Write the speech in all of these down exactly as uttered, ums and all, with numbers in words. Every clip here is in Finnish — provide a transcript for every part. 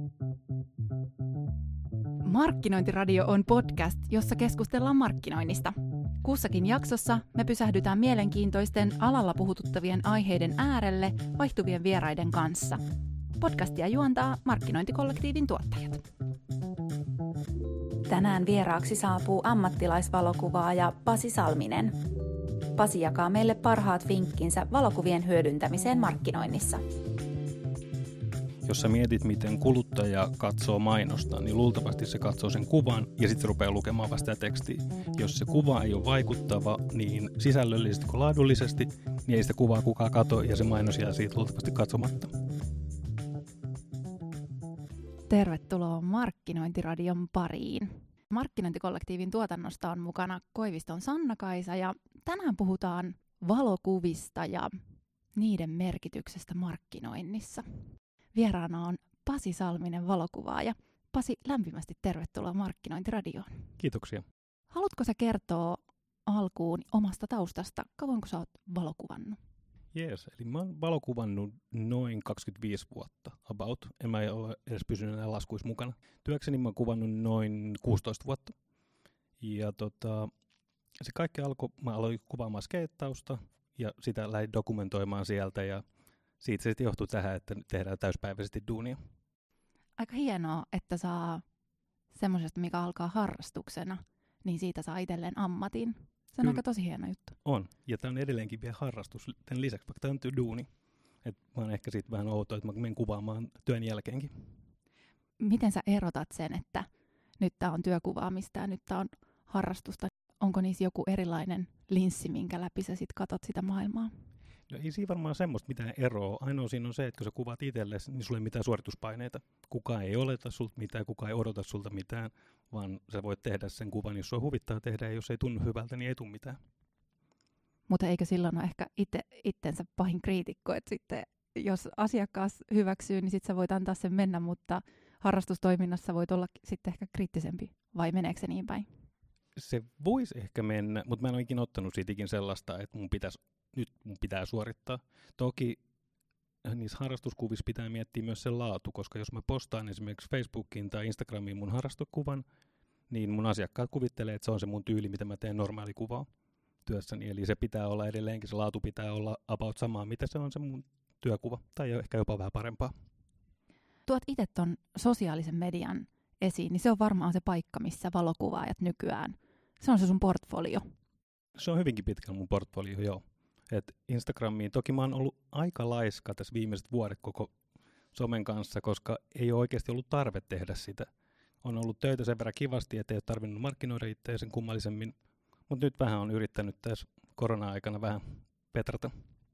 Markkinointiradio on podcast, jossa keskustellaan markkinoinnista. Kussakin jaksossa me pysähdytään mielenkiintoisten alalla puhututtavien aiheiden äärelle vaihtuvien vieraiden kanssa. Podcastia juontaa Markkinointikollektiivin tuottajat. Tänään vieraaksi saapuu ammattilaisvalokuvaaja Pasi Salminen. Pasi jakaa meille parhaat vinkkinsä valokuvien hyödyntämiseen markkinoinnissa. Jos sä mietit, miten kuluttaja katsoo mainosta, niin luultavasti se katsoo sen kuvan ja sitten se rupeaa lukemaan vasta tekstiä. Jos se kuva ei ole vaikuttava, niin sisällöllisesti kuin laadullisesti, niin ei sitä kuvaa kukaan katso ja se mainos jää siitä luultavasti katsomatta. Tervetuloa Markkinointiradion pariin. Markkinointikollektiivin tuotannosta on mukana Koiviston Sanna-Kaisa ja tänään puhutaan valokuvista ja niiden merkityksestä markkinoinnissa. Vieraana on Pasi Salminen, valokuvaaja. Pasi, lämpimästi tervetuloa Markkinointiradioon. Kiitoksia. Haluatko sä kertoa alkuun omasta taustasta? Kauanko sä oot valokuvannut? Jees, eli mä oon valokuvannut noin kaksikymmentäviisi vuotta about. En mä ole edes pysynyt enää laskuissa mukana. Työkseni mä oon kuvannut noin kuusitoista vuotta. Ja tota, se kaikki alkoi, mä aloin kuvaamaan skeittausta ja sitä lähdin dokumentoimaan sieltä ja siitä se sitten johtuu tähän, että tehdään täyspäiväisesti duunia. Aika hienoa, että saa semmoisesta, mikä alkaa harrastuksena, niin siitä saa itselleen ammatin. Se on Kyllä. aika tosi hieno juttu. On, ja tämä on edelleenkin vielä harrastus tämän lisäksi, vaikka tämä on duuni. Et mä oon ehkä siitä vähän outoa, että mä menen kuvaamaan työn jälkeenkin. Miten sä erotat sen, että nyt tämä on työkuvaamista ja nyt tämä on harrastusta? Onko niissä joku erilainen linssi, minkä läpi sä sit katot sitä maailmaa? No ei siinä varmaan semmoista mitään eroa. Ainoa siinä on se, että kun sä kuvaat itsellesi, niin sulla ei mitään suorituspaineita. Kukaan ei oleta sulta mitään, kukaan ei odota sulta mitään, vaan sä voit tehdä sen kuvan, jos sua huvittaa tehdä, ja jos ei tunnu hyvältä, niin ei tule mitään. Mutta eikö silloin ole ehkä itse, itsensä pahin kriitikko, että sitten jos asiakas hyväksyy, niin sitten sä voit antaa sen mennä, mutta harrastustoiminnassa voit olla sitten ehkä kriittisempi, vai meneekö se niin päin? Se voisi ehkä mennä, mutta mä en ole ikinä ottanut siitä ikin sellaista, että mun pitäisi nyt mun pitää suorittaa. Toki niissä harrastuskuvissa pitää miettiä myös se laatu, koska jos mä postaan esimerkiksi Facebookiin tai Instagramiin mun harrastukuvan, niin mun asiakkaat kuvittelee, että se on se mun tyyli, mitä mä teen normaali kuvaa työssäni. Eli se pitää olla edelleenkin, se laatu pitää olla about samaa, mitä se on se mun työkuva, tai ehkä jopa vähän parempaa. Tuot itse ton sosiaalisen median esiin, niin se on varmaan se paikka, missä valokuvaajat nykyään, se on se sun portfolio. Se on hyvinkin pitkällä mun portfolio, joo. Et Instagramiin, toki mä oon ollut aika laiska tässä viimeiset vuodet koko somen kanssa, koska ei ole oikeasti ollut tarve tehdä sitä. On ollut töitä sen verran kivasti, että ei ole tarvinnut markkinoida itseä sen kummallisemmin, mutta nyt vähän on yrittänyt tässä korona-aikana vähän petrata.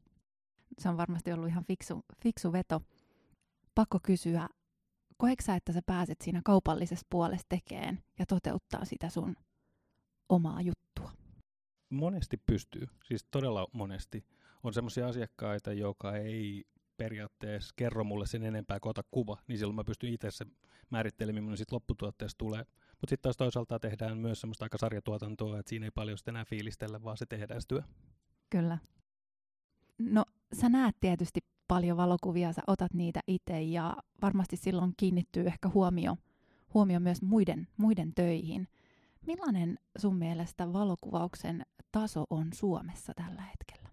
Se on varmasti ollut ihan fiksu, fiksu veto. Pakko kysyä, koetko sä, että sä pääset siinä kaupallisessa puolessa tekemään ja toteuttaa sitä sun omaa juttua? Monesti pystyy, siis todella monesti. On semmoisia asiakkaita, joka ei periaatteessa kerro mulle sen enempää kuin ota kuva, niin silloin mä pystyn itse se määrittelemään, millainen siitä lopputuotteesta tulee. Mutta sitten taas toisaalta tehdään myös semmoista aika sarjatuotantoa, että siinä ei paljon sitten enää fiilistellä, vaan se tehdään se työ. Kyllä. No sä näet tietysti paljon valokuvia, sä otat niitä itse ja varmasti silloin kiinnittyy ehkä huomio, huomio myös muiden, muiden töihin. Millainen sun mielestä valokuvauksen taso on Suomessa tällä hetkellä?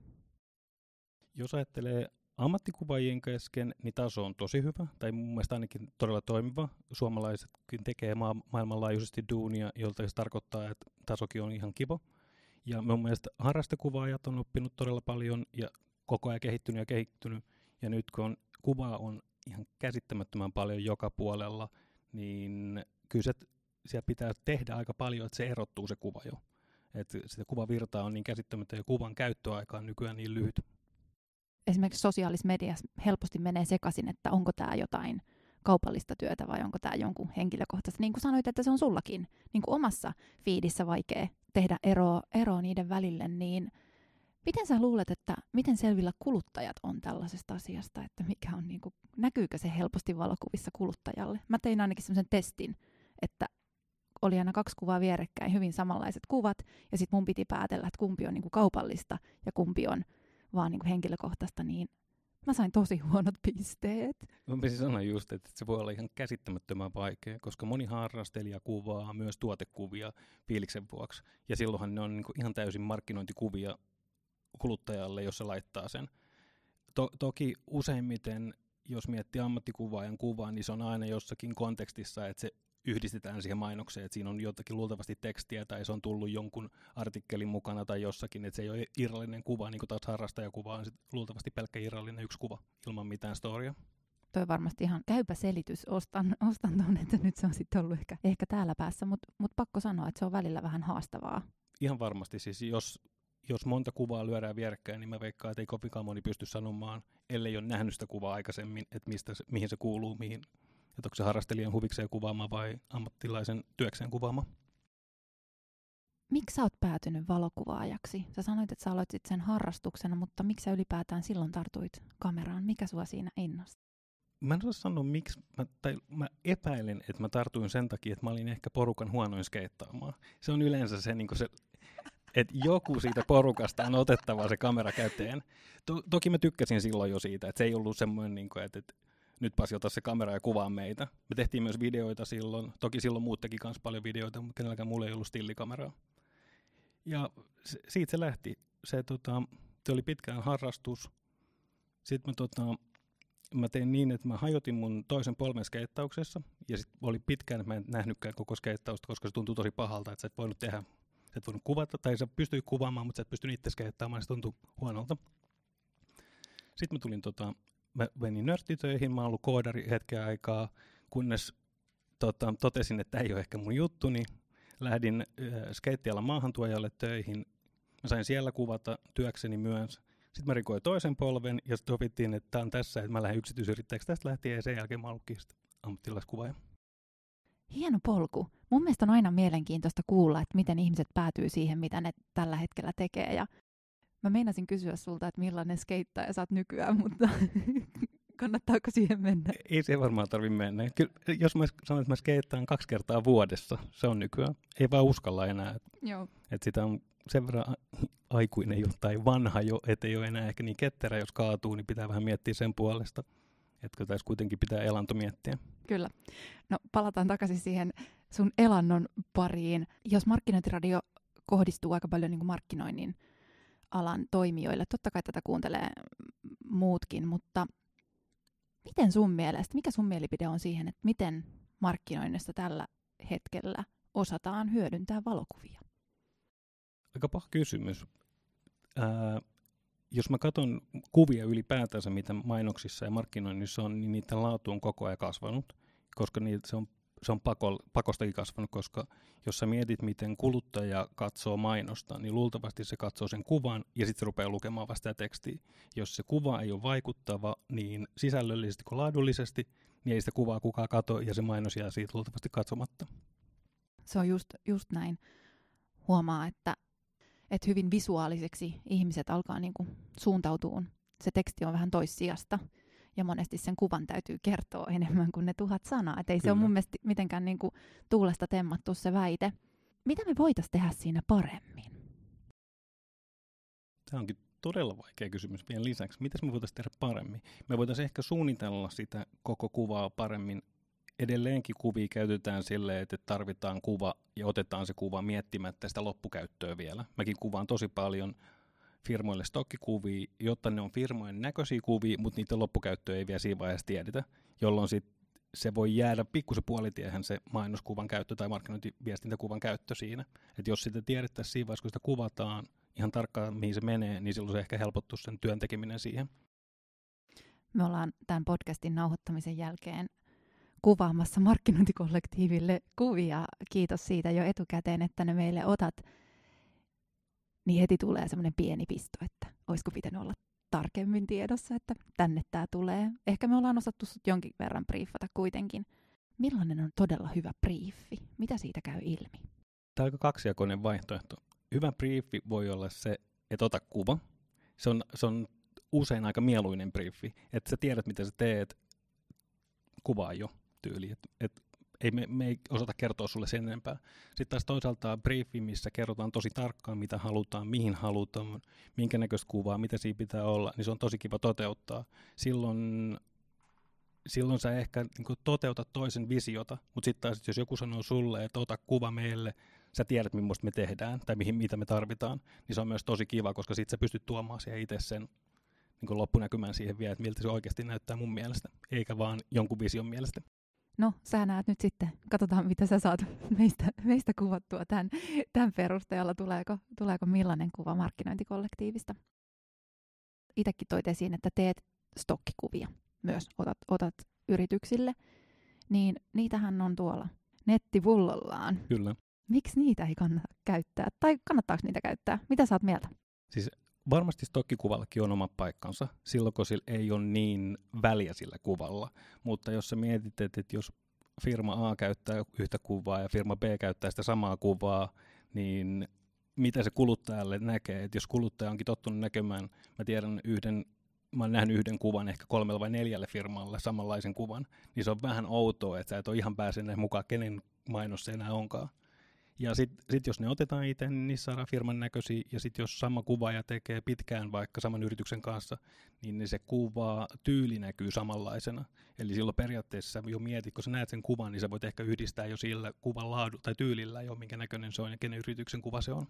Jos ajattelee ammattikuvaajien kesken, niin taso on tosi hyvä, tai mun mielestä ainakin todella toimiva. Suomalaisetkin tekee ma- maailmanlaajuisesti duunia, jolta se tarkoittaa, että tasokin on ihan kiva. Ja mun mielestä harrastekuvaajat on oppinut todella paljon ja koko ajan kehittynyt ja kehittynyt. Ja nyt kun on, kuvaa on ihan käsittämättömän paljon joka puolella, niin kyllä se siellä pitää tehdä aika paljon, että se erottuu se kuva jo. Että sitä kuvavirtaa on niin käsittämättä ja kuvan käyttöaika on nykyään niin lyhyt. Esimerkiksi sosiaalisessa mediassa helposti menee sekaisin, että onko tämä jotain kaupallista työtä vai onko tämä jonkun henkilökohtaista. Niin kuin sanoit, että se on sullakin niin kuin omassa fiidissä vaikea tehdä eroa, eroa niiden välille, niin miten sä luulet, että miten selvillä kuluttajat on tällaisesta asiasta, että mikä on, niin kuin, näkyykö se helposti valokuvissa kuluttajalle? Mä tein ainakin semmoisen testin, että oli aina kaksi kuvaa vierekkäin, hyvin samanlaiset kuvat, ja sitten mun piti päätellä, että kumpi on niin kuin kaupallista ja kumpi on vaan niin kuin henkilökohtaista, niin Mä sain tosi huonot pisteet. Mä pitäisin sanoa just, että se voi olla ihan käsittämättömän vaikea, koska moni harrastelija kuvaa myös tuotekuvia fiiliksen vuoksi. Ja silloinhan ne on niin kuin ihan täysin markkinointikuvia kuluttajalle, jos se laittaa sen. To- toki useimmiten, jos miettii ammattikuvaajan kuvaa, niin se on aina jossakin kontekstissa, että se yhdistetään siihen mainokseen, että siinä on jotakin luultavasti tekstiä tai se on tullut jonkun artikkelin mukana tai jossakin, että se ei ole irrallinen kuva, niin kuin taas harrastajakuva on sit luultavasti pelkkä irrallinen yksi kuva ilman mitään storia. Toi varmasti ihan käypä selitys, ostan, ostan tuon, että nyt se on sitten ollut ehkä, ehkä täällä päässä, mutta mut pakko sanoa, että se on välillä vähän haastavaa. Ihan varmasti, siis jos, jos monta kuvaa lyödään vierekkäin, niin mä veikkaan, että ei kovinkaan moni pysty sanomaan, ellei ole nähnyt sitä kuvaa aikaisemmin, että mistä se, mihin se kuuluu, mihin, että onko se harrastelijan huvikseen kuvaama vai ammattilaisen työkseen kuvaama. Miksi sä oot päätynyt valokuvaajaksi? Sä sanoit, että sä aloitit sen harrastuksena, mutta miksi sä ylipäätään silloin tartuit kameraan? Mikä sua siinä innosti? Mä en osaa sanoa miksi, mä, tai mä epäilen, että mä tartuin sen takia, että mä olin ehkä porukan huonoin skeittaamaan. Se on yleensä se, niin se että joku siitä porukasta on otettava se kamera käteen. To, toki mä tykkäsin silloin jo siitä, että se ei ollut semmoinen, niin kuin, että, että nytpäs ota se kamera ja kuvaa meitä. Me tehtiin myös videoita silloin, toki silloin muut teki myös paljon videoita, mutta kenelläkään mulla ei ollut stillikameraa. Ja se, siitä se lähti. Se, tota, se oli pitkään harrastus. Sitten mä, tota, mä tein niin, että mä hajotin mun toisen polven skeittauksessa. Ja sitten oli pitkään, että mä en nähnytkään koko skeittausta, koska se tuntui tosi pahalta, että sä et voinut tehdä. Sä et voinut kuvata, tai sä pystyit kuvaamaan, mutta sä et pystynyt itse skeittaamaan, se tuntui huonolta. Sitten mä tulin, tota, mä menin nörttitöihin, mä oon ollut koodari hetken aikaa, kunnes tota, totesin, että tämä ei ole ehkä mun juttu, niin lähdin äh, skeittialan maahantuojalle töihin. Mä sain siellä kuvata työkseni myös. Sitten mä rikoin toisen polven ja sitten sovittiin, että tämä on tässä, että mä lähden yksityisyrittäjäksi tästä lähtien ja sen jälkeen mä oonkin ammattilaiskuvaaja. Hieno polku. Mun mielestä on aina mielenkiintoista kuulla, että miten ihmiset päätyy siihen, mitä ne tällä hetkellä tekee. Ja mä meinasin kysyä sulta, että millainen skeittaja sä oot nykyään, mutta kannattaako siihen mennä? Ei se varmaan tarvitse mennä. Kyllä, jos mä sanon, että mä skeittaan kaksi kertaa vuodessa, se on nykyään. Ei vaan uskalla enää. Joo. Että sitä on sen verran aikuinen jo tai vanha jo, että ei ole enää ehkä niin ketterä, jos kaatuu, niin pitää vähän miettiä sen puolesta. Että tässä kuitenkin pitää elanto miettiä. Kyllä. No palataan takaisin siihen sun elannon pariin. Jos markkinointiradio kohdistuu aika paljon niin kuin markkinoinnin alan toimijoille, totta kai tätä kuuntelee muutkin, mutta miten sun mielestä, mikä sun mielipide on siihen, että miten markkinoinnissa tällä hetkellä osataan hyödyntää valokuvia? Aika paha kysymys. Ää, jos mä katson kuvia ylipäätänsä, mitä mainoksissa ja markkinoinnissa on, niin niiden laatu on koko ajan kasvanut, koska niitä se on, se on pako, pakostakin kasvanut, koska jos sä mietit, miten kuluttaja katsoo mainosta, niin luultavasti se katsoo sen kuvan ja sitten se rupeaa lukemaan vasta sitä tekstiä. Jos se kuva ei ole vaikuttava niin sisällöllisesti kuin laadullisesti, niin ei sitä kuvaa kukaan katso ja se mainos jää siitä luultavasti katsomatta. Se on just, just näin. Huomaa, että että hyvin visuaaliseksi ihmiset alkaa niinku suuntautua. Se teksti on vähän toissijasta ja monesti sen kuvan täytyy kertoa enemmän kuin ne tuhat sanaa. Et ei Kyllä. se ole mun mielestä mitenkään niinku tuulesta temmattu se väite. Mitä me voitaisiin tehdä siinä paremmin? Tämä onkin todella vaikea kysymys vielä lisäksi. Mitäs me voitaisiin tehdä paremmin? Me voitaisiin ehkä suunnitella sitä koko kuvaa paremmin. Edelleenkin kuvia käytetään silleen, että tarvitaan kuva ja otetaan se kuva miettimättä sitä loppukäyttöä vielä. Mäkin kuvaan tosi paljon firmoille stokkikuvia, jotta ne on firmojen näköisiä kuvia, mutta niiden loppukäyttöä ei vielä siinä vaiheessa tiedetä, jolloin sit se voi jäädä pikkusen puolitiehän se mainoskuvan käyttö tai markkinointiviestintäkuvan käyttö siinä. Et jos sitä tiedettäisiin siinä vaiheessa, kun sitä kuvataan ihan tarkkaan, mihin se menee, niin silloin se ehkä helpottuisi sen työn tekeminen siihen. Me ollaan tämän podcastin nauhoittamisen jälkeen kuvaamassa markkinointikollektiiville kuvia. Kiitos siitä jo etukäteen, että ne meille otat. Niin heti tulee semmoinen pieni pisto, että olisiko pitänyt olla tarkemmin tiedossa, että tänne tämä tulee. Ehkä me ollaan osattu sut jonkin verran briefata kuitenkin. Millainen on todella hyvä briefi? Mitä siitä käy ilmi? Tämä on aika kaksijakoinen vaihtoehto. Hyvä briefi voi olla se, että ota kuva. Se on, se on usein aika mieluinen briefi, että sä tiedät, mitä sä teet, kuvaa jo tyyli. Et, et ei me, me ei osata kertoa sulle sen enempää. Sitten taas toisaalta briefi, missä kerrotaan tosi tarkkaan, mitä halutaan, mihin halutaan, minkä näköistä kuvaa, mitä siinä pitää olla, niin se on tosi kiva toteuttaa. Silloin, silloin sä ehkä niin kuin toteutat toisen visiota, mutta sitten taas, jos joku sanoo sulle, että ota kuva meille, sä tiedät, millaista me tehdään tai mihin, mitä me tarvitaan, niin se on myös tosi kiva, koska sitten sä pystyt tuomaan siihen itse sen niin loppunäkymään siihen vielä, että miltä se oikeasti näyttää mun mielestä, eikä vaan jonkun vision mielestä. No, sä näet nyt sitten, katsotaan mitä sä saat meistä, meistä kuvattua tämän, tämän perusteella, tuleeko, tuleeko millainen kuva markkinointikollektiivista. Itsekin toit esiin, että teet stokkikuvia myös, otat, otat yrityksille, niin niitähän on tuolla nettipullollaan. Kyllä. Miksi niitä ei kannata käyttää? Tai kannattaako niitä käyttää? Mitä sä oot mieltä? Siis varmasti stokkikuvallakin on oma paikkansa, silloin kun sillä ei ole niin väliä sillä kuvalla. Mutta jos sä mietit, että jos firma A käyttää yhtä kuvaa ja firma B käyttää sitä samaa kuvaa, niin mitä se kuluttajalle näkee? Et jos kuluttaja onkin tottunut näkemään, mä tiedän yhden, mä olen nähnyt yhden kuvan ehkä kolmella vai neljälle firmalle samanlaisen kuvan, niin se on vähän outoa, että sä et ole ihan päässyt mukaan, kenen mainos se enää onkaan. Ja sitten sit jos ne otetaan itse, niin niissä saadaan firman näköisiä, ja sitten jos sama kuvaaja tekee pitkään vaikka saman yrityksen kanssa, niin, niin se kuva tyyli näkyy samanlaisena. Eli silloin periaatteessa jo mietit, kun sä näet sen kuvan, niin sä voit ehkä yhdistää jo sillä kuvan laadu tai tyylillä jo, minkä näköinen se on ja kenen yrityksen kuva se on.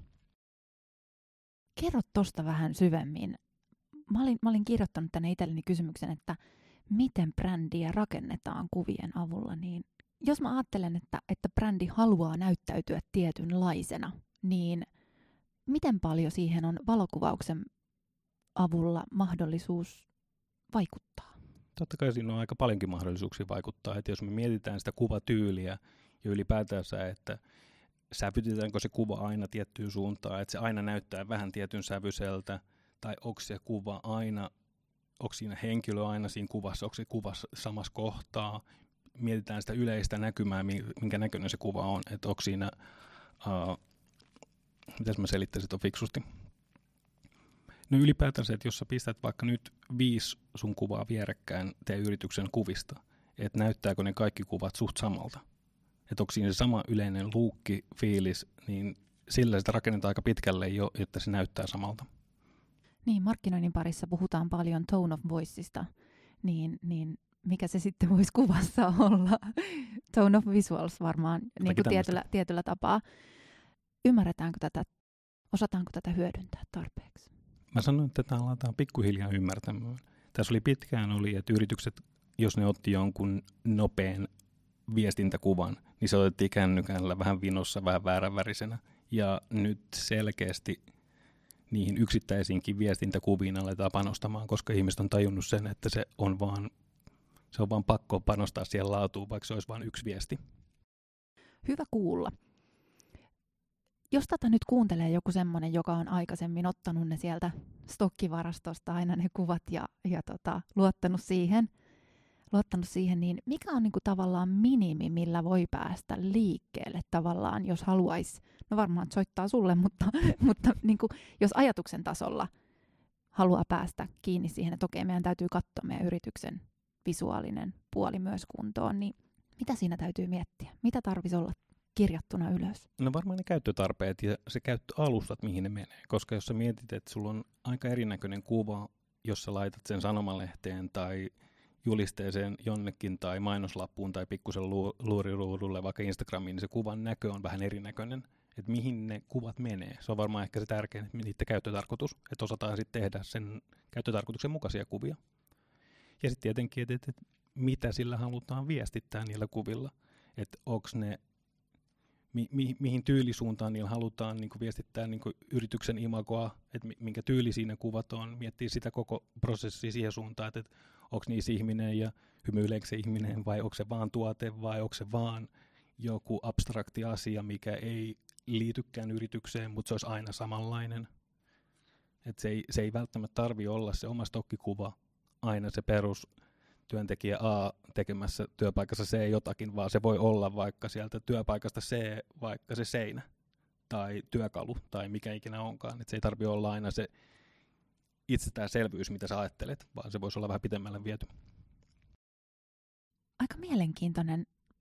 Kerro tosta vähän syvemmin. Mä olin, mä olin kirjoittanut tänne itselleni kysymyksen, että miten brändiä rakennetaan kuvien avulla, niin jos mä ajattelen, että, että brändi haluaa näyttäytyä tietynlaisena, niin miten paljon siihen on valokuvauksen avulla mahdollisuus vaikuttaa? Totta kai siinä on aika paljonkin mahdollisuuksia vaikuttaa. Että jos me mietitään sitä kuvatyyliä ja ylipäätänsä, että sävytetäänkö se kuva aina tiettyyn suuntaan, että se aina näyttää vähän tietyn sävyiseltä, tai onko se kuva aina, onko siinä henkilö aina siinä kuvassa, onko se kuvassa samassa kohtaa, mietitään sitä yleistä näkymää, minkä näköinen se kuva on, että onko siinä, uh, mitäs mä selittäisin tuon fiksusti. No ylipäätään se, että jos sä pistät vaikka nyt viisi sun kuvaa vierekkäin teidän yrityksen kuvista, että näyttääkö ne kaikki kuvat suht samalta, että onko siinä se sama yleinen luukki, fiilis, niin sillä sitä rakennetaan aika pitkälle jo, että se näyttää samalta. Niin, markkinoinnin parissa puhutaan paljon tone of voiceista, niin, niin mikä se sitten voisi kuvassa olla? Tone of visuals varmaan niin kuin tietyllä, tietyllä tapaa. Ymmärretäänkö tätä, osataanko tätä hyödyntää tarpeeksi? Mä sanoin, että tätä aletaan pikkuhiljaa ymmärtämään. Tässä oli pitkään oli, että yritykset, jos ne otti jonkun nopean viestintäkuvan, niin se otettiin kännykällä vähän vinossa, vähän vääränvärisenä. Ja nyt selkeästi niihin yksittäisiinkin viestintäkuviin aletaan panostamaan, koska ihmiset on tajunnut sen, että se on vaan Se on vaan pakko panostaa siihen laatuun, vaikka se olisi vain yksi viesti. Hyvä kuulla. Jos tätä nyt kuuntelee joku semmoinen, joka on aikaisemmin ottanut ne sieltä stokkivarastosta aina ne kuvat ja, ja tota, luottanut siihen, luottanut siihen, niin mikä on niinku tavallaan minimi, millä voi päästä liikkeelle tavallaan, jos haluaisi, no varmaan soittaa sulle, mutta, mutta niinku, jos ajatuksen tasolla haluaa päästä kiinni siihen, että okei, meidän täytyy katsoa meidän yrityksen visuaalinen puoli myös kuntoon, niin mitä siinä täytyy miettiä? Mitä tarvitsisi olla kirjattuna ylös? No varmaan ne käyttötarpeet ja se käyttöalustat, mihin ne menee. Koska jos sä mietit, että sulla on aika erinäköinen kuva, jos sä laitat sen sanomalehteen tai julisteeseen jonnekin tai mainoslappuun tai pikkusen lu- luuriruudulle, vaikka Instagramiin, niin se kuvan näkö on vähän erinäköinen. Että mihin ne kuvat menee. Se on varmaan ehkä se tärkein, että niiden käyttötarkoitus. Että osataan sitten tehdä sen käyttötarkoituksen mukaisia kuvia. Ja sitten tietenkin, että et, et, mitä sillä halutaan viestittää niillä kuvilla. Että onko ne, mi, mi, mihin tyylisuuntaan niillä halutaan niinku viestittää niinku yrityksen imagoa, että minkä tyyli siinä kuvat on, miettii sitä koko prosessia siihen suuntaan, että et, onko niissä ihminen ja hymyileekö se ihminen vai onko se vaan tuote vai onko se vaan joku abstrakti asia, mikä ei liitykään yritykseen, mutta se olisi aina samanlainen. Et se, ei, se ei välttämättä tarvitse olla se oma stokkikuva aina se perus työntekijä A tekemässä työpaikassa C jotakin, vaan se voi olla vaikka sieltä työpaikasta C vaikka se seinä tai työkalu tai mikä ikinä onkaan. Et se ei tarvitse olla aina se itsestäänselvyys, mitä sä ajattelet, vaan se voisi olla vähän pitemmälle viety. Aika mielenkiintoinen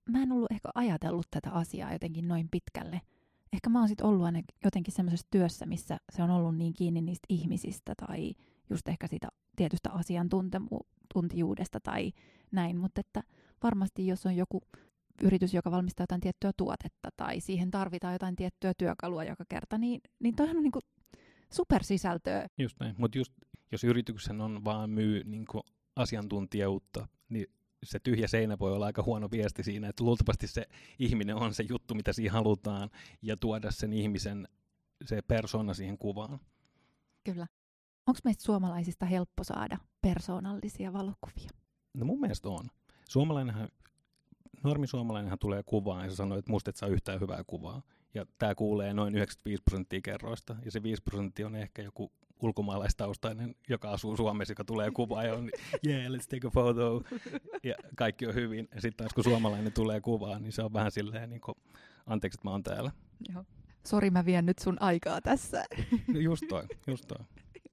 mä en ollut ehkä ajatellut tätä asiaa jotenkin noin pitkälle. Ehkä mä oon sit ollut aina jotenkin semmoisessa työssä, missä se on ollut niin kiinni niistä ihmisistä tai just ehkä siitä tietystä asiantuntijuudesta tai näin, mutta että varmasti jos on joku yritys, joka valmistaa jotain tiettyä tuotetta tai siihen tarvitaan jotain tiettyä työkalua joka kerta, niin, niin toihan on niinku supersisältöä. Just näin, mutta just jos yrityksen on vaan myy niinku asiantuntijuutta, niin se tyhjä seinä voi olla aika huono viesti siinä, että luultavasti se ihminen on se juttu, mitä siihen halutaan, ja tuoda sen ihmisen, se persona siihen kuvaan. Kyllä. Onko meistä suomalaisista helppo saada persoonallisia valokuvia? No mun mielestä on. Suomalainenhan, normisuomalainenhan tulee kuvaan ja se sanoo, että musta et saa yhtään hyvää kuvaa. Ja tää kuulee noin yhdeksänkymmentäviisi prosenttia kerroista. Ja se viisi prosenttia on ehkä joku ulkomaalaistaustainen, joka asuu Suomessa, joka tulee kuvaan ja on, yeah, let's take a photo. Ja kaikki on hyvin. Ja sitten taas kun suomalainen tulee kuvaan, niin se on vähän silleen, niin kuin, anteeksi, että mä oon täällä. Joo. Sori, mä vien nyt sun aikaa tässä. Just toi, just toi.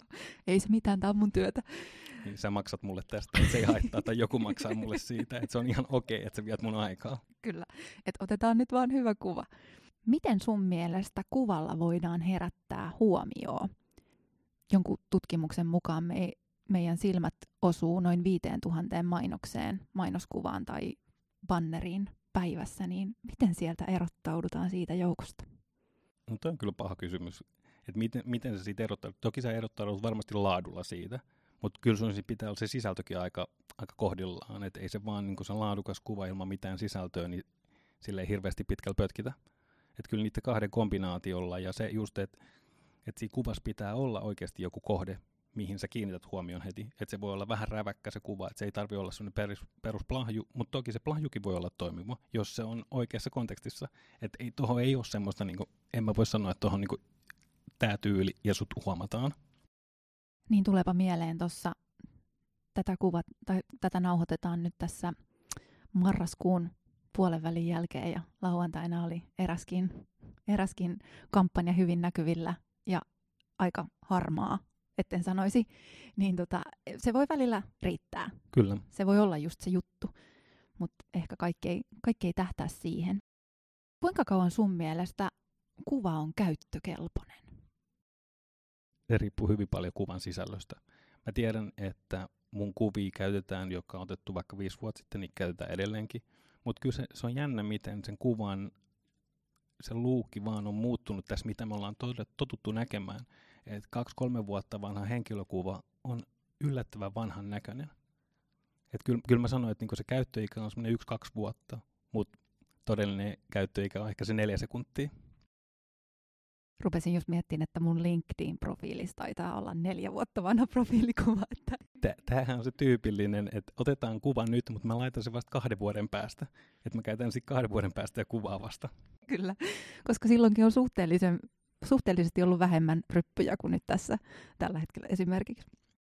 Ei se mitään, tää on mun työtä. Niin sä maksat mulle tästä, että se ei haittaa, tai joku maksaa mulle siitä, että se on ihan okei, että sä viet mun aikaa. Kyllä, että otetaan nyt vaan hyvä kuva. Miten sun mielestä kuvalla voidaan herättää huomioon? Jonkun tutkimuksen mukaan me, meidän silmät osuu noin viiteen tuhanteen mainokseen, mainoskuvaan tai banneriin päivässä, niin miten sieltä erottaudutaan siitä joukosta? No toi on kyllä paha kysymys, että miten, miten sä siitä erottaudut? Toki sä erottaudut varmasti laadulla siitä, mutta kyllä sun pitää olla se sisältökin aika, aika kohdillaan, että ei se vaan niin se laadukas kuva ilman mitään sisältöä, niin sille ei hirveästi pitkällä pötkitä. Että kyllä niiden kahden kombinaatiolla ja se just, että et siinä kuvassa pitää olla oikeasti joku kohde, mihin sä kiinnität huomioon heti. Että se voi olla vähän räväkkä se kuva, että se ei tarvitse olla sellainen perus, perusplahju, mutta toki se plahjukin voi olla toimiva, jos se on oikeassa kontekstissa. Että ei, tuohon ei ole semmoista, niin kuin, en mä voi sanoa, että tuohon niin tämä tyyli ja sut huomataan. Niin tuleepa mieleen tuossa, tätä kuvat, tai tätä nauhoitetaan nyt tässä marraskuun puolen välin jälkeen ja lauantaina oli eräskin, eräskin kampanja hyvin näkyvillä ja aika harmaa, etten sanoisi, niin tota, se voi välillä riittää. Kyllä. Se voi olla just se juttu, mutta ehkä kaikki ei, kaikki ei tähtää siihen. Kuinka kauan sun mielestä kuva on käyttökelpoinen? Se riippuu hyvin paljon kuvan sisällöstä. Mä tiedän, että mun kuvia käytetään, joka on otettu vaikka viisi vuotta sitten, niin käytetään edelleenkin. Mutta kyllä se, se on jännä, miten sen kuvan, se luukki vaan on muuttunut tässä, mitä me ollaan totuttu näkemään. Että kaksi, kolme vuotta vanha henkilökuva on yllättävän vanhan näköinen. Että kyllä, kyllä mä sanoin, että niinku se käyttöikä on semmoinen yksi, kaksi vuotta, mutta todellinen käyttöikä on ehkä se neljä sekuntia. Rupesin just miettimään, että mun LinkedIn-profiilissa taitaa olla neljä vuotta vanha profiilikuva. Että... Tämähän on se tyypillinen, että otetaan kuva nyt, mutta mä laitan sen vasta kahden vuoden päästä. Että mä käytän sitten kahden vuoden päästä ja kuvaa vasta. Kyllä, koska silloinkin on suhteellisen, suhteellisesti ollut vähemmän ryppyjä kuin nyt tässä tällä hetkellä esimerkiksi.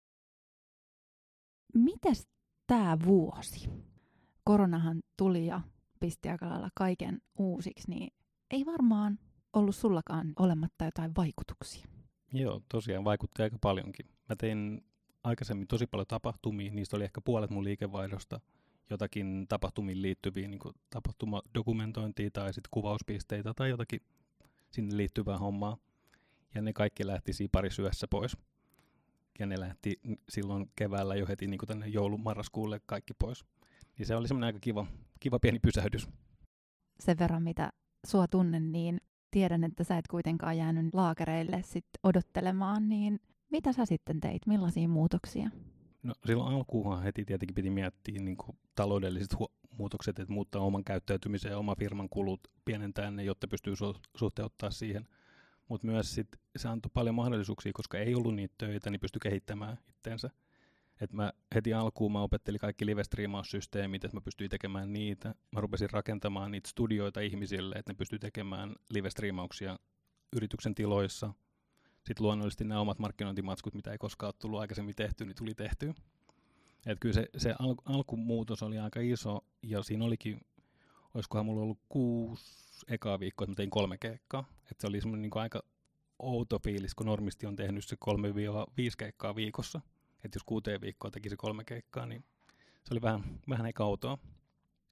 Mites tää vuosi? Koronahan tuli ja pisti aika lailla kaiken uusiksi, niin ei varmaan ollut sullakaan olematta jotain vaikutuksia? Joo, tosiaan vaikutti aika paljonkin. Mä tein aikaisemmin tosi paljon tapahtumia, niistä oli ehkä puolet mun liikevaihdosta, jotakin tapahtumiin liittyviä niin kuin tapahtumadokumentointia tai sitten kuvauspisteitä tai jotakin sinne liittyvää hommaa. Ja ne kaikki lähti siinä parisyössä pois. Ja ne lähti silloin keväällä jo heti niin kuin tänne joulumarraskuulle kaikki pois. Niin se oli semmoinen aika kiva, kiva pieni pysähdys. Sen verran mitä sua tunnen, niin tiedän, että sä et kuitenkaan jäänyt laakereille sit odottelemaan, niin mitä sä sitten teit? Millaisia muutoksia? No silloin alkuunhan heti tietenkin piti miettiä niin kuin taloudelliset hu- muutokset, että muuttaa oman käyttäytymisen ja oman firman kulut, pienentää ne, jotta pystyy su- suhteuttaa siihen. Mutta myös sit se antoi paljon mahdollisuuksia, koska ei ollut niitä töitä, niin pystyi kehittämään itteensä. Et mä heti alkuun mä opettelin kaikki live-striimaussysteemit, että mä pystyin tekemään niitä. Mä rupesin rakentamaan niitä studioita ihmisille, että ne pystyi tekemään live-striimauksia yrityksen tiloissa. Sitten luonnollisesti nämä omat markkinointimatskut, mitä ei koskaan ole tullut aikaisemmin tehty, niin tuli tehtyä. Et kyllä se, se al- alkumuutos oli aika iso, ja siinä olikin, olisikohan mulla ollut kuusi ekaa viikkoa, että mä tein kolme keikkaa. Et se oli semmoinen niin kuin aika outo fiilis, kun normisti on tehnyt se kolme viisi keikkaa viikossa. Että jos kuuteen viikkoa teki se kolme keikkaa, niin se oli vähän, vähän aika outoa.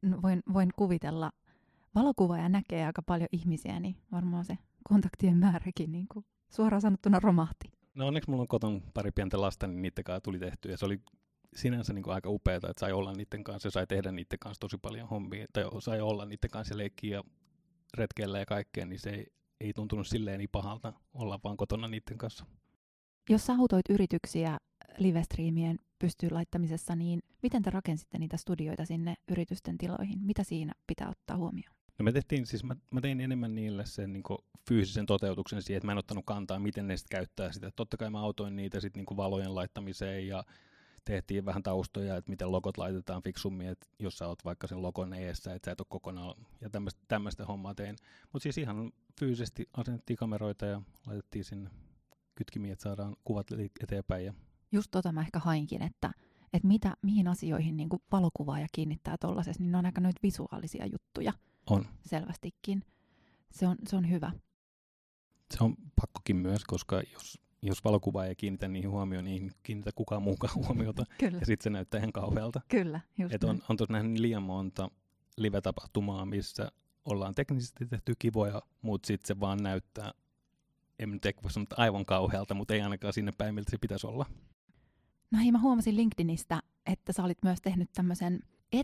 no, voin, voin kuvitella, valokuvaaja näkee aika paljon ihmisiä, niin varmaan se kontaktien määräkin niin kuin suoraan sanottuna romahti. No onneksi mulla on koton pari pientä lasta, niin niiden kanssa tuli tehty, ja se oli sinänsä niin kuin aika upeata, että sai olla niiden kanssa ja sai tehdä niiden kanssa tosi paljon hommia, tai sai olla niiden kanssa ja leikkiä ja retkeillä ja kaikkea, niin se ei, ei tuntunut silleen niin pahalta olla vaan kotona niiden kanssa. Jos sä autoit yrityksiä livestriimien pystyyn laittamisessa, niin miten te rakensitte niitä studioita sinne yritysten tiloihin? Mitä siinä pitää ottaa huomioon? No me tehtiin, siis mä, mä tein enemmän niille sen niin kuin fyysisen toteutuksen siihen, että mä en ottanut kantaa, miten ne sitten käyttää sitä. Totta kai mä autoin niitä sitten niin kuin valojen laittamiseen ja tehtiin vähän taustoja, että miten logot laitetaan fiksummin, että jos sä oot vaikka sen logon eessä, että sä et ole kokonaan, ja tämmöistä hommaa tein. Mutta siis ihan fyysisesti asennettiin kameroita ja laitettiin sinne kytkimiä, että saadaan kuvat eteenpäin. Ja just tota mä ehkä hainkin, että, että mitä, mihin asioihin niin kuin valokuvaaja kiinnittää tuollaisessa, niin ne on aika noita visuaalisia juttuja. On. Selvästikin. Se on, se on hyvä. Se on pakkokin myös, koska jos, jos valokuvaaja ei kiinnitä niihin huomioon, niin ei kiinnitä kukaan muukaan huomiota. Kyllä. Ja sitten se näyttää ihan kauhealta. Kyllä, just Et on, on tuossa nähnyt liian monta live-tapahtumaa, missä ollaan teknisesti tehty kivoja, mutta sitten se vaan näyttää, en nyt ehkä voi sanoa, aivan kauhealta, mutta ei ainakaan sinne päin, miltä se pitäisi olla. No hei, mä huomasin LinkedInistä, että sä olit myös tehnyt tämmöisen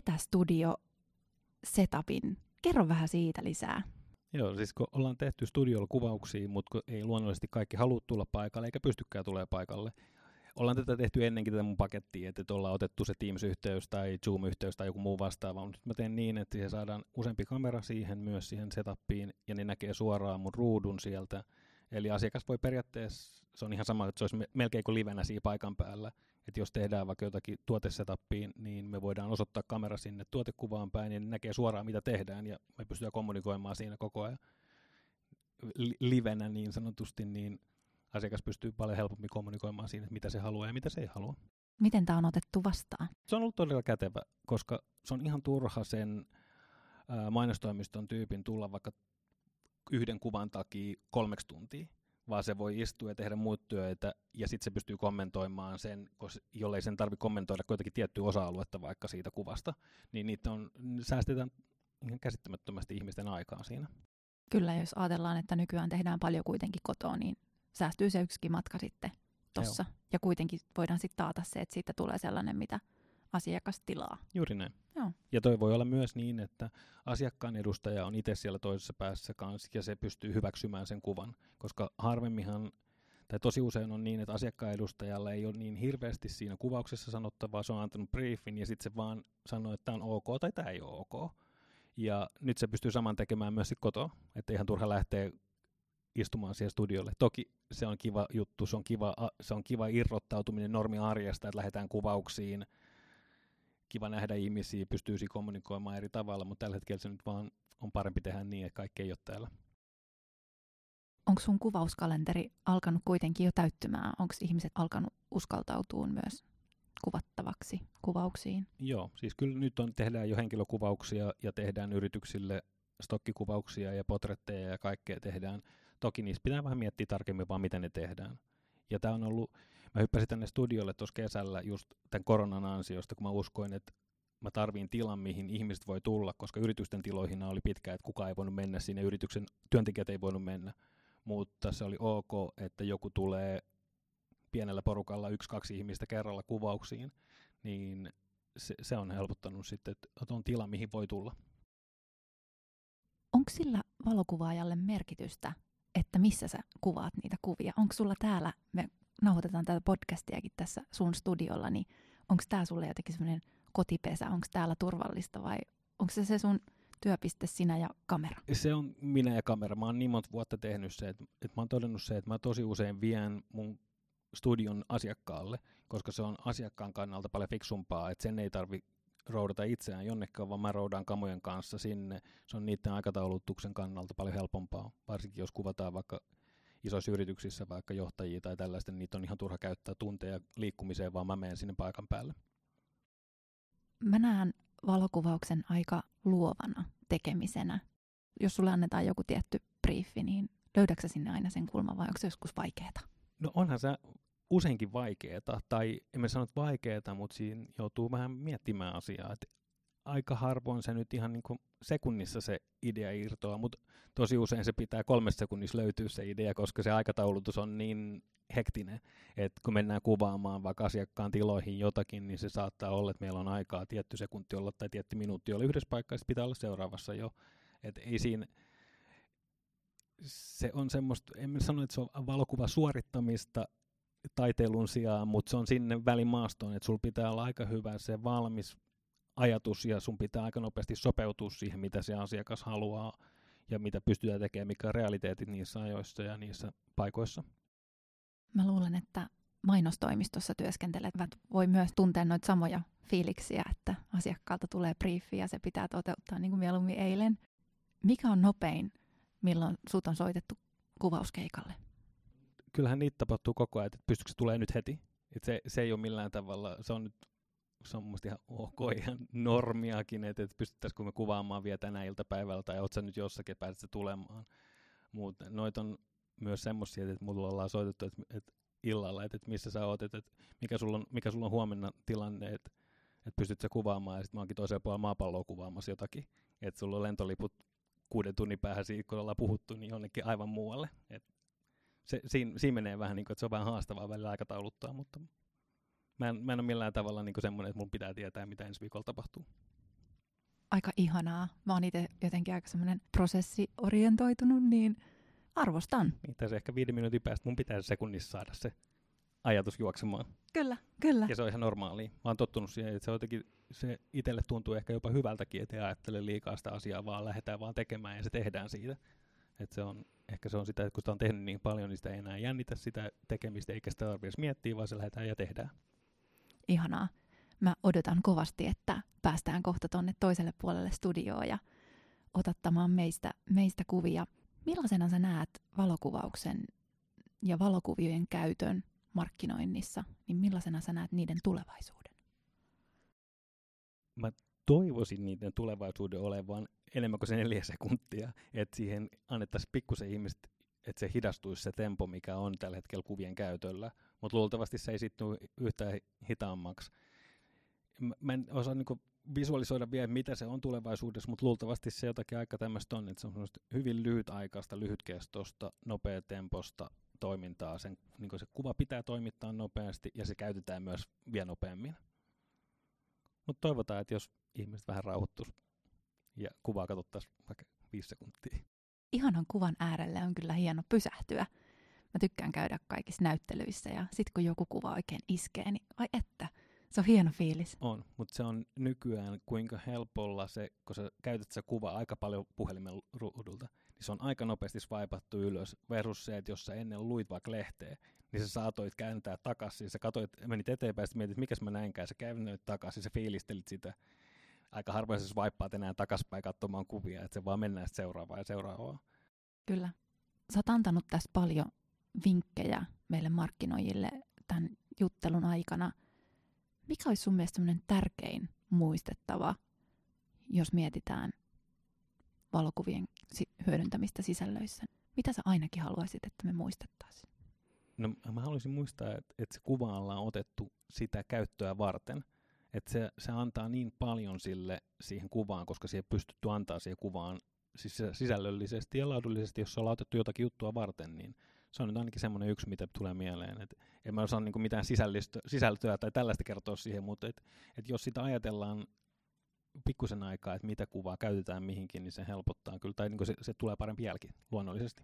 etästudio-setupin. Kerro vähän siitä lisää. Joo, siis kun ollaan tehty studiolla kuvauksia, mutta kun ei luonnollisesti kaikki halua tulla paikalle, eikä pystykään tulemaan paikalle. Ollaan tätä tehty ennenkin tätä mun pakettia, että ollaan otettu se Teams-yhteys tai Zoom-yhteys tai joku muu vastaava. Nyt mä teen niin, että siihen saadaan useampi kamera siihen myös siihen setupiin, ja ne näkee suoraan mun ruudun sieltä. Eli asiakas voi periaatteessa, se on ihan sama, että se olisi melkein kuin livenä siinä paikan päällä. Että jos tehdään vaikka jotakin tuotesetappiin, niin me voidaan osoittaa kamera sinne tuotekuvaan päin, ja ne näkee suoraan, mitä tehdään, ja me pystytään kommunikoimaan siinä koko ajan Li- livenä niin sanotusti, niin asiakas pystyy paljon helpommin kommunikoimaan siinä, mitä se haluaa ja mitä se ei halua. Miten tämä on otettu vastaan? Se on ollut todella kätevä, koska se on ihan turha sen ää, mainostoimiston tyypin tulla vaikka yhden kuvan takia kolmeksi tuntia, vaan se voi istua ja tehdä muut työtä, ja sitten se pystyy kommentoimaan sen, jollei sen tarvitse kommentoida jotakin tiettyä osa-aluetta vaikka siitä kuvasta, niin niitä on, säästetään ihan käsittämättömästi ihmisten aikaa siinä. Kyllä, jos ajatellaan, että nykyään tehdään paljon kuitenkin kotoa, niin säästyy se yksikin matka sitten tossa. Joo. Ja kuitenkin voidaan sitten taata se, että siitä tulee sellainen, mitä asiakas tilaa. Juuri näin. Joo. Ja toi voi olla myös niin, että asiakkaan edustaja on itse siellä toisessa päässä kanssa, ja se pystyy hyväksymään sen kuvan, koska harvemminhan, tai tosi usein on niin, että asiakkaan edustajalla ei ole niin hirveästi siinä kuvauksessa sanottavaa, se on antanut briefin, ja sitten se vaan sanoo, että tämä on ok tai tämä ei ole ok. Ja nyt se pystyy saman tekemään myös sitten kotoa, että ihan turha lähteä istumaan siihen studiolle. Toki se on kiva juttu, se on kiva, se on kiva irrottautuminen normiarjesta, että lähdetään kuvauksiin, kiva nähdä ihmisiä, pystyy kommunikoimaan eri tavalla, mutta tällä hetkellä se nyt vaan on parempi tehdä niin, että kaikki ei ole täällä. Onko sun kuvauskalenteri alkanut kuitenkin jo täyttymään? Onko ihmiset alkanut uskaltautua myös kuvattavaksi kuvauksiin? Joo, siis kyllä nyt on, tehdään jo henkilökuvauksia ja tehdään yrityksille stokkikuvauksia ja potretteja ja kaikkea tehdään. Toki niistä pitää vähän miettiä tarkemmin vaan, miten ne tehdään. Ja tämä on ollut, mä hyppäsin tänne studiolle tuossa kesällä just tämän koronan ansiosta, kun mä uskoin, että mä tarviin tilan, mihin ihmiset voi tulla, koska yritysten tiloihin oli pitkään, että kukaan ei voinut mennä sinne, yrityksen työntekijät ei voinut mennä. Mutta se oli ok, että joku tulee pienellä porukalla yksi, kaksi ihmistä kerralla kuvauksiin, niin se, se on helpottanut sitten, että on tila, mihin voi tulla. Onko sillä valokuvaajalle merkitystä, että missä sä kuvaat niitä kuvia? Onko sulla täällä, me nauhoitetaan tätä podcastiakin tässä sun studiolla, niin onko tää sulle jotenkin semmoinen kotipesä, onko täällä turvallista vai onko se se sun työpiste sinä ja kamera? Se on minä ja kamera. Mä oon niin monta vuotta tehnyt se, että, että mä oon todennut se, että mä tosi usein vien mun studion asiakkaalle, koska se on asiakkaan kannalta paljon fiksumpaa, että sen ei tarvi roudata itseään jonnekaan, vaan mä roudaan kamojen kanssa sinne. Se on niiden aikataulutuksen kannalta paljon helpompaa, varsinkin jos kuvataan vaikka isoissa yrityksissä vaikka johtajia tai tällaista, niin niitä on ihan turha käyttää tunteja liikkumiseen, vaan mä menen sinne paikan päälle. Mä näen valokuvauksen aika luovana tekemisenä. Jos sulle annetaan joku tietty briefi, niin löydätkö sinne aina sen kulman vai onko se joskus vaikeeta? No onhan se useinkin vaikeeta, tai emme sano, että vaikeeta, mutta siinä joutuu vähän miettimään asiaa. Et aika harvoin se nyt ihan niin kuin sekunnissa se idea irtoaa, mutta tosi usein se pitää kolmessa sekunnissa löytyä se idea, koska se aikataulutus on niin hektinen, että kun mennään kuvaamaan vaikka asiakkaan tiloihin jotakin, niin se saattaa olla, että meillä on aikaa tietty sekunti olla tai tietty minuutti olla yhdessä paikassa, pitää olla seuraavassa jo. Että ei siinä, se on semmoista, en sano, että se on valokuva suorittamista taiteilun sijaan, mutta se on sinne välimaastoon, että sulla pitää olla aika hyvä se valmis ajatus ja sun pitää aika nopeasti sopeutua siihen, mitä se asiakas haluaa ja mitä pystytään tekemään, mikä on realiteetit niissä ajoissa ja niissä paikoissa. Mä luulen, että mainostoimistossa työskentelevät voi myös tuntea noita samoja fiiliksiä, että asiakkaalta tulee briefi ja se pitää toteuttaa niin kuin mieluummin eilen. Mikä on nopein, milloin sut on soitettu kuvauskeikalle? Kyllähän niitä tapahtuu koko ajan, että pystyykö se tulee nyt heti. Et se, se ei ole millään tavalla, se on nyt se on mun mielestä ihan ok, ihan normiakin, että et pystyttäisikö me kuvaamaan vielä tänä iltapäivällä tai oot sä nyt jossakin, pääset sä tulemaan. Mutta noita on myös semmoisia, että mulla ollaan soitettu että et illalla, että et missä sä oot, että et mikä sulla on, mikä sulla on huomenna tilanne, että et pystyt sä kuvaamaan ja sitten mä oonkin toisella puolella maapalloa kuvaamassa jotakin. Että sulla on lentoliput kuuden tunnin päähän siitä, kun ollaan puhuttu, niin jonnekin aivan muualle. Et se, siinä, siinä menee vähän niin kuin, että se on vähän haastavaa välillä aikatauluttaa, mutta Mä en, mä en ole millään tavalla niin semmoinen, että mun pitää tietää, mitä ensi viikolla tapahtuu. Aika ihanaa. Mä oon itse jotenkin aika semmoinen prosessiorientoitunut, niin arvostan. Niin, tässä ehkä viiden minuutin päästä mun pitäisi sekunnissa saada se ajatus juoksemaan. Kyllä, kyllä. Ja se on ihan normaalia. Mä oon tottunut siihen, että se, jotenkin, se itselle tuntuu ehkä jopa hyvältäkin, että ei ajattele liikaa sitä asiaa, vaan lähdetään vaan tekemään ja se tehdään siitä. Että se on, ehkä se on sitä, että kun sitä on tehnyt niin paljon, niin sitä ei enää jännitä sitä tekemistä, eikä sitä tarvitse miettiä, vaan se lähdetään ja tehdään. Ihanaa. Mä odotan kovasti, että päästään kohta tonne toiselle puolelle studioon ja otattamaan meistä, meistä kuvia. Millaisena sä näet valokuvauksen ja valokuvien käytön markkinoinnissa, niin millaisena sä näet niiden tulevaisuuden? Mä toivoisin niiden tulevaisuuden olevan enemmän kuin se neljä sekuntia, että siihen annettaisiin pikkusen ihmiset, että se hidastuisi se tempo, mikä on tällä hetkellä kuvien käytöllä, mutta luultavasti se ei sitten yhtään hitaammaksi. Mä en osaa niinku visualisoida vielä, mitä se on tulevaisuudessa, mutta luultavasti se jotakin aika tämmöistä on, että se on hyvin lyhytaikaista, lyhytkestosta, nopeatemposta toimintaa. Sen, niin se kuva pitää toimittaa nopeasti ja se käytetään myös vielä nopeammin. Mutta toivotaan, että jos ihmiset vähän rauhoittuisi ja kuvaa katsottaisiin vaikka viisi sekuntia. Ihanan kuvan äärelle on kyllä hieno pysähtyä. Mä tykkään käydä kaikissa näyttelyissä ja sit kun joku kuva oikein iskee, niin ai että, se on hieno fiilis. On, mutta se on nykyään kuinka helpolla se, kun sä käytät se kuva aika paljon puhelimen ruudulta, niin se on aika nopeasti swipattu ylös versus se, että jos sä ennen luit vaikka lehteä, niin sä saatoit kääntää takaisin, sä katsoit, menit eteenpäin, sitten mietit, mikäs mä näinkään, sä käännyt takaisin, sä fiilistelit sitä. Aika harvoin sä swippaat enää takaspäin katsomaan kuvia, että se vaan mennään seuraavaan ja seuraavaan. Kyllä. Sä oot antanut tässä paljon vinkkejä meille markkinoijille tämän juttelun aikana. Mikä olisi sun mielestä semmoinen tärkein muistettava, jos mietitään valokuvien hyödyntämistä sisällöissä? Mitä sä ainakin haluaisit, että me muistettaisiin? No mä haluaisin muistaa, että, että se kuva ollaan otettu sitä käyttöä varten. Että se, se antaa niin paljon sille siihen kuvaan, koska siihen pystytty antaa siihen kuvaan siis sisällöllisesti ja laadullisesti, jos ollaan otettu jotakin juttua varten, niin se on nyt ainakin semmoinen yksi, mitä tulee mieleen. Et en mä osaa niinku mitään sisältöä tai tällaista kertoa siihen, mutta et, et jos sitä ajatellaan pikkusen aikaa, että mitä kuvaa käytetään mihinkin, niin se helpottaa kyllä, tai niinku se, se tulee parempi jälki luonnollisesti.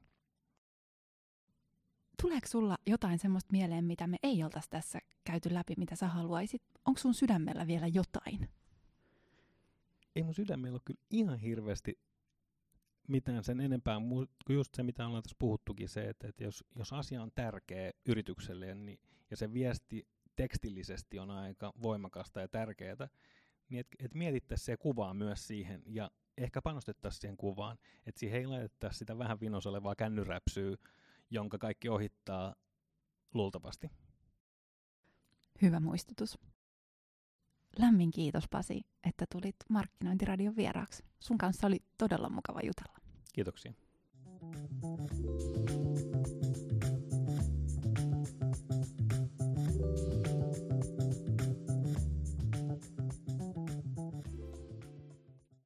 Tuleeko sulla jotain semmoista mieleen, mitä me ei oltaisi tässä käyty läpi, mitä sä haluaisit? Onko sun sydämellä vielä jotain? Ei mun sydämellä ole kyllä ihan hirveästi mitään sen enempää, kuin just se, mitä ollaan tässä puhuttukin, se, että, että jos, jos asia on tärkeä yritykselle niin, ja se viesti tekstillisesti on aika voimakasta ja tärkeää, niin että et mietittäisiin se kuvaa myös siihen ja ehkä panostettaisiin siihen kuvaan, että siihen ei laitettaisi sitä vähän vinossa olevaa kännyräpsyä, jonka kaikki ohittaa luultavasti. Hyvä muistutus. Lämmin kiitos Pasi, että tulit Markkinointiradion vieraaksi. Sun kanssa oli todella mukava jutella. Kiitoksia.